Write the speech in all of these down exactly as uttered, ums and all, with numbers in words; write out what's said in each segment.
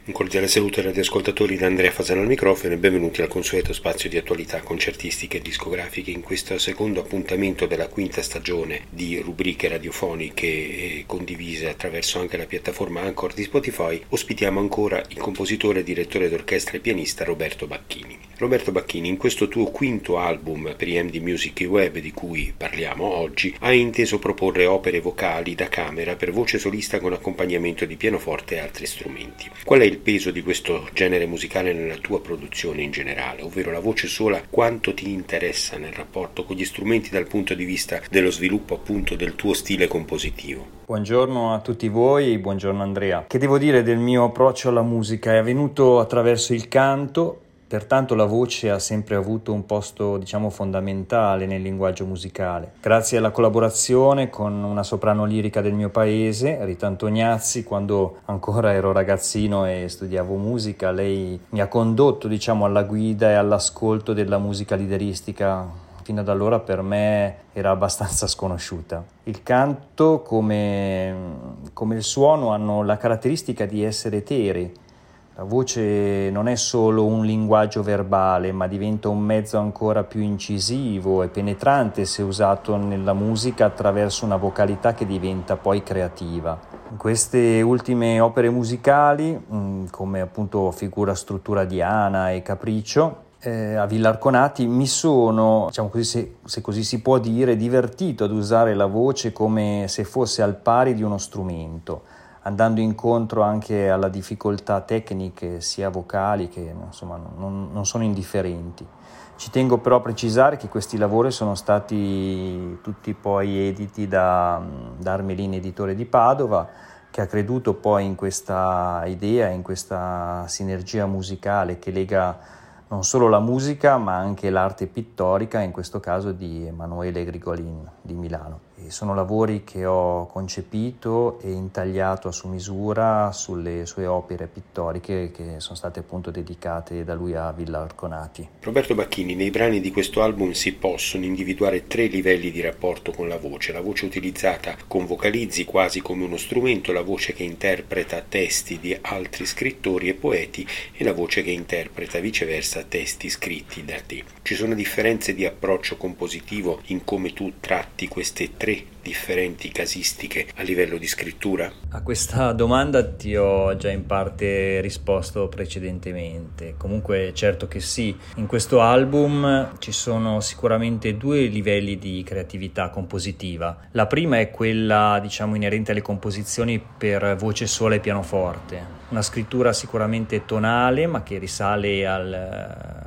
Un cordiale saluto ai radioascoltatori da Andrea Fasano al microfono e benvenuti al consueto spazio di attualità concertistiche e discografiche. In questo secondo appuntamento della quinta stagione di rubriche radiofoniche condivise attraverso anche la piattaforma Anchor di Spotify, ospitiamo ancora il compositore, direttore d'orchestra e pianista Roberto Bacchini. Roberto Bacchini, in questo tuo quinto album per I M D Music Web, di cui parliamo oggi, hai inteso proporre opere vocali da camera per voce solista con accompagnamento di pianoforte e altri strumenti. Qual è il peso di questo genere musicale nella tua produzione in generale, ovvero la voce sola, quanto ti interessa nel rapporto con gli strumenti dal punto di vista dello sviluppo appunto del tuo stile compositivo? Buongiorno a tutti voi, buongiorno Andrea. Che devo dire del mio approccio alla musica? È avvenuto attraverso il canto. Pertanto la voce ha sempre avuto un posto, diciamo, fondamentale nel linguaggio musicale. Grazie alla collaborazione con una soprano lirica del mio paese, Rita Antoniazzi, quando ancora ero ragazzino e studiavo musica, lei mi ha condotto, diciamo, alla guida e all'ascolto della musica lideristica. Fino ad allora per me era abbastanza sconosciuta. Il canto, come, come il suono, hanno la caratteristica di essere eteri. La voce non è solo un linguaggio verbale, ma diventa un mezzo ancora più incisivo e penetrante se usato nella musica attraverso una vocalità che diventa poi creativa. In queste ultime opere musicali, come appunto Figura struttura di Ana e Capriccio, eh, a Villa Arconati, mi sono, diciamo così, se, se così si può dire, divertito ad usare la voce come se fosse al pari di uno strumento, andando incontro anche alla difficoltà tecniche sia vocali che insomma non, non sono indifferenti. Ci tengo però a precisare che questi lavori sono stati tutti poi editi da, da Armelin Editore di Padova, che ha creduto poi in questa idea, in questa sinergia musicale che lega non solo la musica ma anche l'arte pittorica, in questo caso di Emanuele Grigolin di Milano. E sono lavori che ho concepito e intagliato a su misura sulle sue opere pittoriche che sono state appunto dedicate da lui a Villa Arconati. Roberto Bacchini, nei brani di questo album si possono individuare tre livelli di rapporto con la voce: la voce utilizzata con vocalizzi quasi come uno strumento, la voce che interpreta testi di altri scrittori e poeti e la voce che interpreta viceversa testi scritti da te. Ci sono differenze di approccio compositivo in come tu tratti queste tre differenti casistiche a livello di scrittura? A questa domanda ti ho già in parte risposto precedentemente. Comunque certo che sì, in questo album ci sono sicuramente due livelli di creatività compositiva. La prima è quella, diciamo, inerente alle composizioni per voce sola e pianoforte, una scrittura sicuramente tonale ma che risale al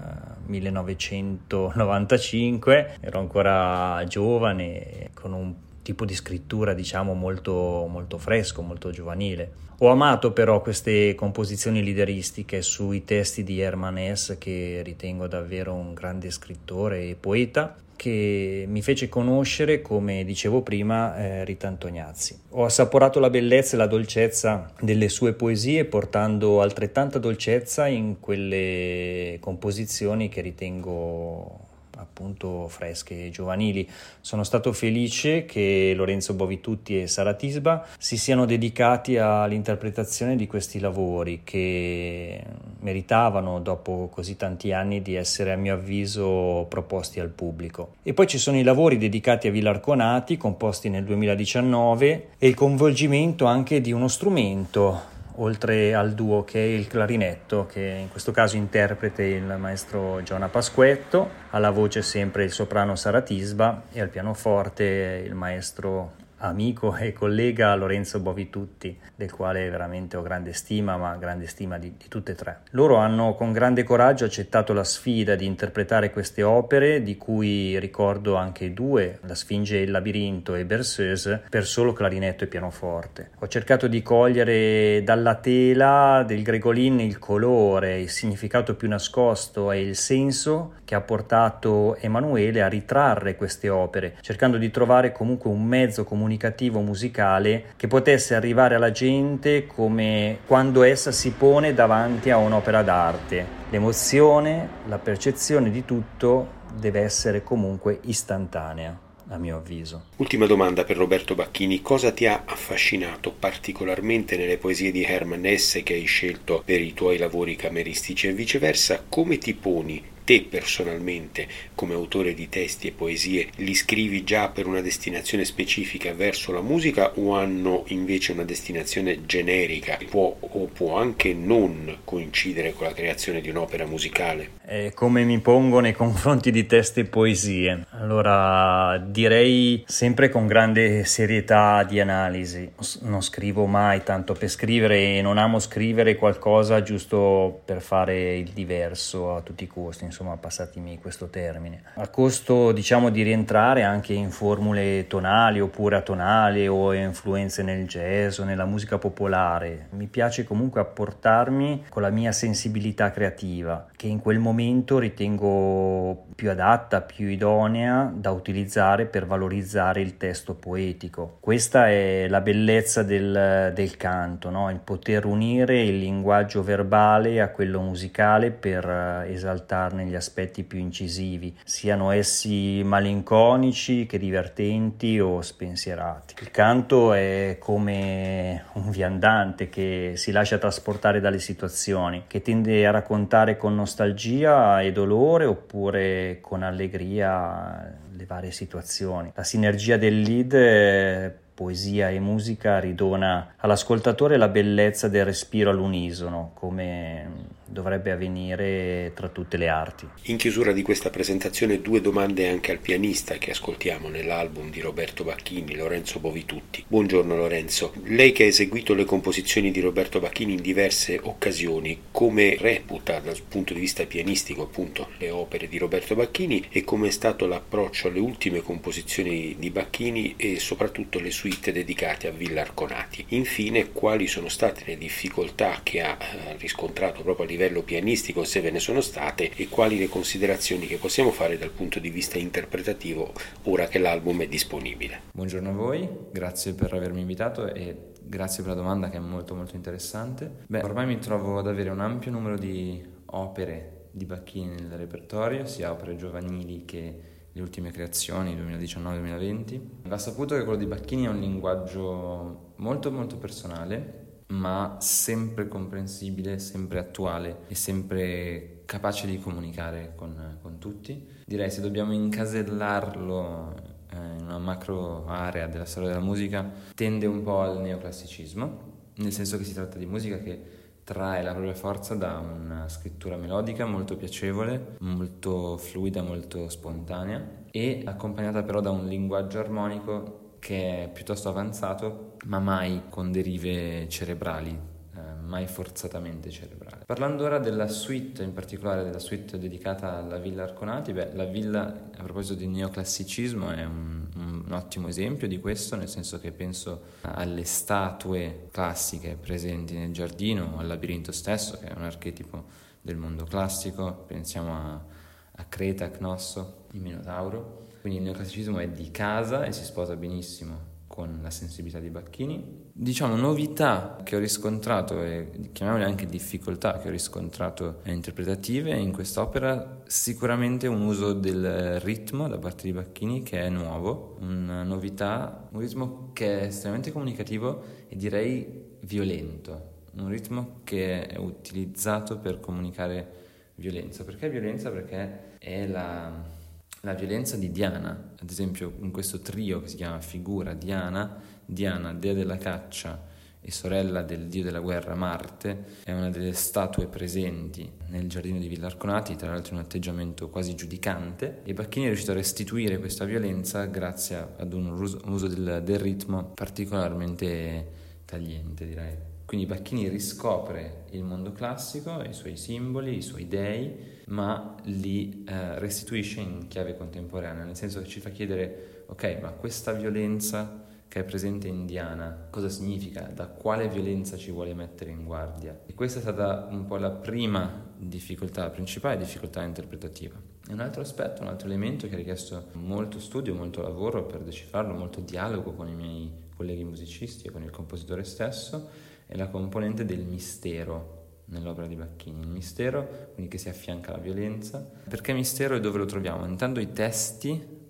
millenovecentonovantacinque, ero ancora giovane, con un tipo di scrittura diciamo molto, molto fresco, molto giovanile. Ho amato però queste composizioni lideristiche sui testi di Hermann Hesse, che ritengo davvero un grande scrittore e poeta, che mi fece conoscere, come dicevo prima, eh, Rita Antoniazzi. Ho assaporato la bellezza e la dolcezza delle sue poesie, portando altrettanta dolcezza in quelle composizioni che ritengo appunto fresche e giovanili. Sono stato felice che Lorenzo Bovitutti e Sara Tisba si siano dedicati all'interpretazione di questi lavori, che meritavano dopo così tanti anni di essere, a mio avviso, proposti al pubblico. E poi ci sono i lavori dedicati a Villa Arconati, composti nel duemiladiciannove, e il coinvolgimento anche di uno strumento oltre al duo che è il clarinetto, che in questo caso interprete il maestro Giona Pasquetto, alla voce sempre il soprano Sara Tisba e al pianoforte il maestro amico e collega Lorenzo Bovitutti, del quale veramente ho grande stima, ma grande stima di, di tutte e tre. Loro hanno con grande coraggio accettato la sfida di interpretare queste opere, di cui ricordo anche due, La Sfinge e il Labirinto e Berceuse, per solo clarinetto e pianoforte. Ho cercato di cogliere dalla tela del Grigolin il colore, il significato più nascosto e il senso che ha portato Emanuele a ritrarre queste opere, cercando di trovare comunque un mezzo comunicativo musicale che potesse arrivare alla gente come quando essa si pone davanti a un'opera d'arte. L'emozione, la percezione di tutto deve essere comunque istantanea. a mio avviso. Ultima domanda per Roberto Bacchini: cosa ti ha affascinato particolarmente nelle poesie di Hermann Hesse che hai scelto per i tuoi lavori cameristici, e viceversa come ti poni te personalmente come autore di testi e poesie? Li scrivi già per una destinazione specifica verso la musica o hanno invece una destinazione generica, può o può anche non coincidere con la creazione di un'opera musicale? Eh, come mi pongo nei confronti di testi e poesie? Allora, direi sempre con grande serietà di analisi. Non scrivo mai tanto per scrivere e non amo scrivere qualcosa giusto per fare il diverso a tutti i costi, insomma, passatemi questo termine. A costo, diciamo, di rientrare anche in formule tonali oppure atonali o influenze nel jazz o nella musica popolare. Mi piace comunque apportarmi con la mia sensibilità creativa, che in quel momento ritengo più adatta, più idonea da utilizzare per valorizzare il testo poetico. Questa è la bellezza del, del canto, no? Il poter unire il linguaggio verbale a quello musicale per esaltarne gli aspetti più incisivi, siano essi malinconici che divertenti o spensierati. Il canto è come un viandante che si lascia trasportare dalle situazioni, che tende a raccontare con nostalgia e dolore oppure con allegria le varie situazioni. La sinergia del lead, poesia e musica, ridona all'ascoltatore la bellezza del respiro all'unisono, come dovrebbe avvenire tra tutte le arti. In chiusura di questa presentazione due domande anche al pianista che ascoltiamo nell'album di Roberto Bacchini, Lorenzo Bovitutti. Buongiorno Lorenzo, lei che ha eseguito le composizioni di Roberto Bacchini in diverse occasioni, come reputa dal punto di vista pianistico appunto le opere di Roberto Bacchini e come è stato l'approccio alle ultime composizioni di Bacchini e soprattutto le suite dedicate a Villa Arconati? Infine, quali sono state le difficoltà che ha eh, riscontrato proprio a livello pianistico, se ve ne sono state, e quali le considerazioni che possiamo fare dal punto di vista interpretativo ora che l'album è disponibile? Buongiorno a voi, grazie per avermi invitato e grazie per la domanda che è molto molto interessante. Beh, ormai mi trovo ad avere un ampio numero di opere di Bacchini nel repertorio, sia opere giovanili che le ultime creazioni duemiladiciannove duemilaventi. Va saputo che quello di Bacchini è un linguaggio molto molto personale, ma sempre comprensibile, sempre attuale e sempre capace di comunicare con, con tutti. Direi, se dobbiamo incasellarlo eh, in una macro area della storia della musica, tende un po' al neoclassicismo, nel senso che si tratta di musica che trae la propria forza da una scrittura melodica molto piacevole, molto fluida, molto spontanea e accompagnata però da un linguaggio armonico che è piuttosto avanzato, ma mai con derive cerebrali, eh, mai forzatamente cerebrali. Parlando ora della suite, in particolare della suite dedicata alla Villa Arconati, beh, la villa, a proposito di neoclassicismo, è un, un ottimo esempio di questo, nel senso che penso alle statue classiche presenti nel giardino, al labirinto stesso, che è un archetipo del mondo classico, pensiamo a, a Creta, Cnosso, il Minotauro. Quindi il neoclassicismo è di casa e si sposa benissimo con la sensibilità di Bacchini. Diciamo, novità che ho riscontrato e chiamiamole anche difficoltà che ho riscontrato interpretative in quest'opera, sicuramente un uso del ritmo da parte di Bacchini che è nuovo, una novità, un ritmo che è estremamente comunicativo e direi violento, un ritmo che è utilizzato per comunicare violenza. Perché violenza? Perché è la... La violenza di Diana, ad esempio in questo trio che si chiama Figura Diana, Diana, dea della caccia e sorella del dio della guerra Marte, è una delle statue presenti nel giardino di Villa Arconati, tra l'altro in un atteggiamento quasi giudicante, e Bacchini è riuscito a restituire questa violenza grazie ad un uso, un uso del, del ritmo particolarmente tagliente, direi. Quindi Bacchini riscopre il mondo classico, i suoi simboli, i suoi dei, ma li eh, restituisce in chiave contemporanea, nel senso che ci fa chiedere, ok, ma questa violenza che è presente in Diana, cosa significa? Da quale violenza ci vuole mettere in guardia? E questa è stata un po' la prima difficoltà, la principale difficoltà interpretativa. E un altro aspetto, un altro elemento che ha richiesto molto studio, molto lavoro per decifrarlo, molto dialogo con i miei colleghi musicisti e con il compositore stesso, è la componente del mistero nell'opera di Bacchini. Il mistero, quindi, che si affianca alla violenza. Perché mistero e dove lo troviamo? Intanto i testi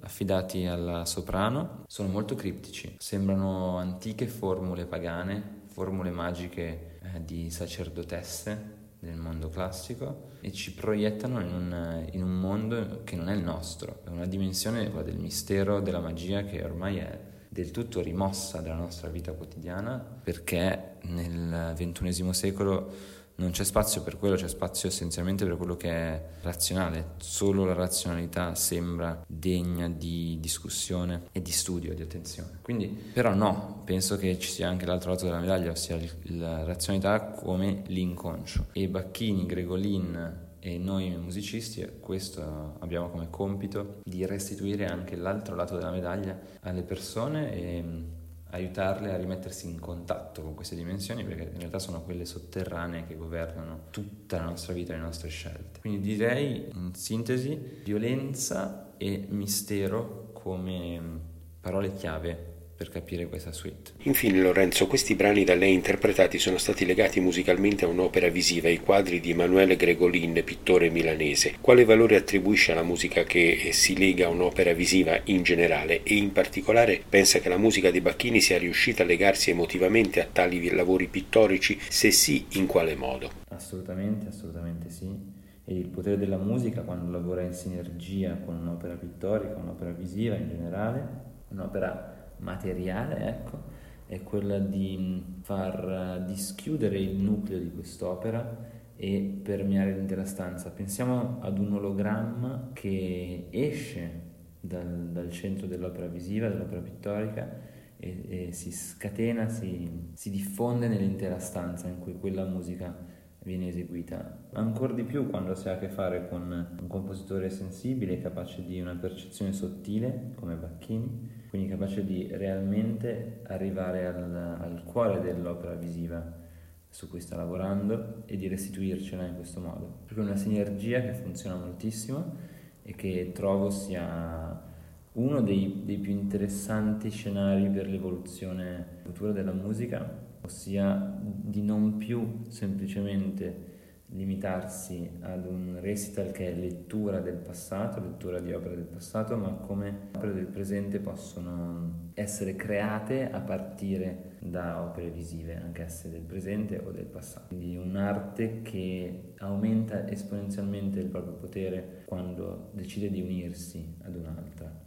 affidati alla soprano sono molto criptici, sembrano antiche formule pagane, formule magiche eh, di sacerdotesse del mondo classico, e ci proiettano in un, in un mondo che non è il nostro, è una dimensione, quella del mistero, della magia, che ormai è del tutto rimossa dalla nostra vita quotidiana, perché nel ventunesimo secolo non c'è spazio per quello, c'è spazio essenzialmente per quello che è razionale. Solo la razionalità sembra degna di discussione e di studio, di attenzione. Quindi, però no, penso che ci sia anche l'altro lato della medaglia, ossia il, la razionalità come l'inconscio. E Bacchini, Gregolin e noi musicisti, questo abbiamo come compito di restituire anche l'altro lato della medaglia alle persone e aiutarle a rimettersi in contatto con queste dimensioni, perché in realtà sono quelle sotterranee che governano tutta la nostra vita e le nostre scelte. Quindi direi, in sintesi, violenza e mistero come parole chiave per capire questa suite. Infine, Lorenzo, questi brani da lei interpretati sono stati legati musicalmente a un'opera visiva, i quadri di Emanuele Gregolin, pittore milanese. Quale valore attribuisce alla musica che si lega a un'opera visiva in generale, e in particolare pensa che la musica di Bacchini sia riuscita a legarsi emotivamente a tali lavori pittorici? Se sì, in quale modo? Assolutamente, assolutamente sì. E il potere della musica, quando lavora in sinergia con un'opera pittorica, un'opera visiva in generale, un'opera materiale, ecco, è quella di far dischiudere il nucleo di quest'opera e permeare l'intera stanza. Pensiamo ad un ologramma che esce dal, dal centro dell'opera visiva, dell'opera pittorica, e, e si scatena, si, si diffonde nell'intera stanza in cui quella musica viene eseguita. Ancora di più quando si ha a che fare con un compositore sensibile, capace di una percezione sottile come Bacchini, quindi capace di realmente arrivare al, al cuore dell'opera visiva su cui sta lavorando e di restituircela in questo modo. Proprio una sinergia che funziona moltissimo e che trovo sia uno dei, dei più interessanti scenari per l'evoluzione futura della musica, ossia di non più semplicemente limitarsi ad un recital che è lettura del passato, lettura di opere del passato, ma come opere del presente possono essere create a partire da opere visive, anch'esse del presente o del passato. Quindi un'arte che aumenta esponenzialmente il proprio potere quando decide di unirsi ad un'altra.